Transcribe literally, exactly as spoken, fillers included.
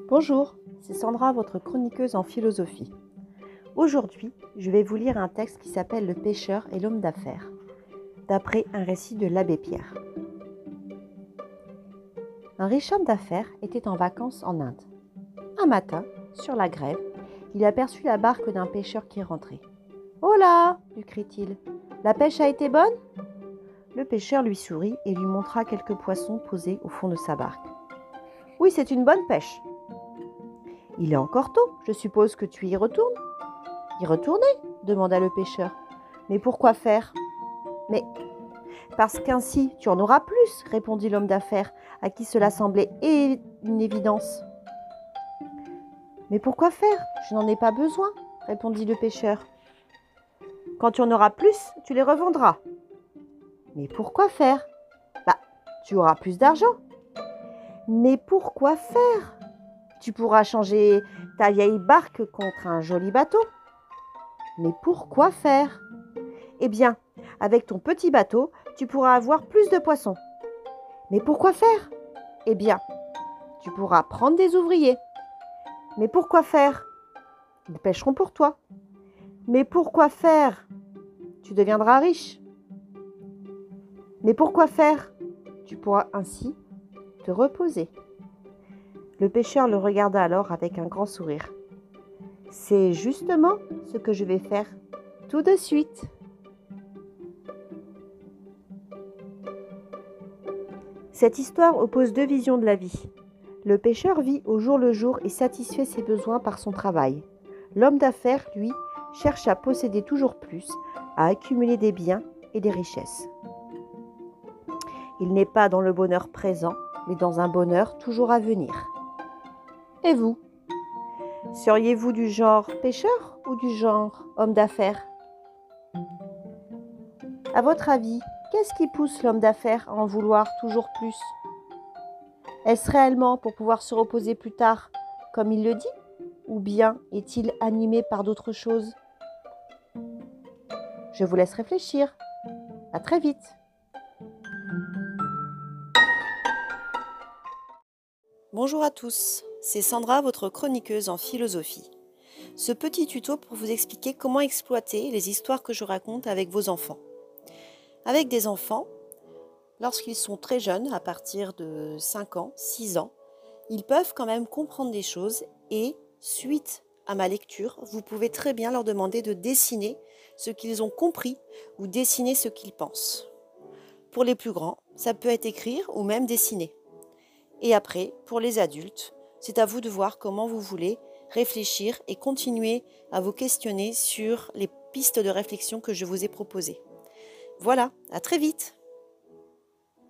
Bonjour, c'est Sandra, votre chroniqueuse en philosophie. Aujourd'hui, je vais vous lire un texte qui s'appelle Le pêcheur et l'homme d'affaires, d'après un récit de l'abbé Pierre. Un riche homme d'affaires était en vacances en Inde. Un matin, sur la grève, il aperçut la barque d'un pêcheur qui rentrait. « Oh là !» lui crie-t-il. « La pêche a été bonne ?» Le pêcheur lui sourit et lui montra quelques poissons posés au fond de sa barque. « Oui, c'est une bonne pêche. »« Il est encore tôt, je suppose que tu y retournes ?» ?»« Y retourner ?» demanda le pêcheur. « Mais pourquoi faire ?»« Mais parce qu'ainsi tu en auras plus, » répondit l'homme d'affaires, à qui cela semblait une évidence. « Mais pourquoi faire ? Je n'en ai pas besoin, » répondit le pêcheur. « Quand tu en auras plus, tu les revendras. »« Mais pourquoi faire ? Bah, tu auras plus d'argent. »« Mais pourquoi faire ? Tu pourras changer ta vieille barque contre un joli bateau. »« Mais pourquoi faire ? Eh bien, avec ton petit bateau, tu pourras avoir plus de poissons. »« Mais pourquoi faire ? Eh bien, tu pourras prendre des ouvriers. »« Mais pourquoi faire ? Ils pêcheront pour toi. »« Mais pourquoi faire ? Tu deviendras riche. »« Mais pourquoi faire ? Tu pourras ainsi te reposer. » Le pêcheur le regarda alors avec un grand sourire. « C'est justement ce que je vais faire tout de suite. » Cette histoire oppose deux visions de la vie. Le pêcheur vit au jour le jour et satisfait ses besoins par son travail. L'homme d'affaires, lui, cherche à posséder toujours plus, à accumuler des biens et des richesses. Il n'est pas dans le bonheur présent, mais dans un bonheur toujours à venir. Et vous ? Seriez-vous du genre pêcheur ou du genre homme d'affaires ? À votre avis, qu'est-ce qui pousse l'homme d'affaires à en vouloir toujours plus ? Est-ce réellement pour pouvoir se reposer plus tard, comme il le dit ? Ou bien est-il animé par d'autres choses ? Je vous laisse réfléchir. À très vite. Bonjour à tous, c'est Sandra, votre chroniqueuse en philosophie. Ce petit tuto pour vous expliquer comment exploiter les histoires que je raconte avec vos enfants. Avec des enfants, lorsqu'ils sont très jeunes, à partir de cinq ans, six ans, ils peuvent quand même comprendre des choses et, suite à ma lecture, vous pouvez très bien leur demander de dessiner ce qu'ils ont compris ou dessiner ce qu'ils pensent. Pour les plus grands, ça peut être écrire ou même dessiner. Et après, pour les adultes, c'est à vous de voir comment vous voulez réfléchir et continuer à vous questionner sur les pistes de réflexion que je vous ai proposées. Voilà, à très vite!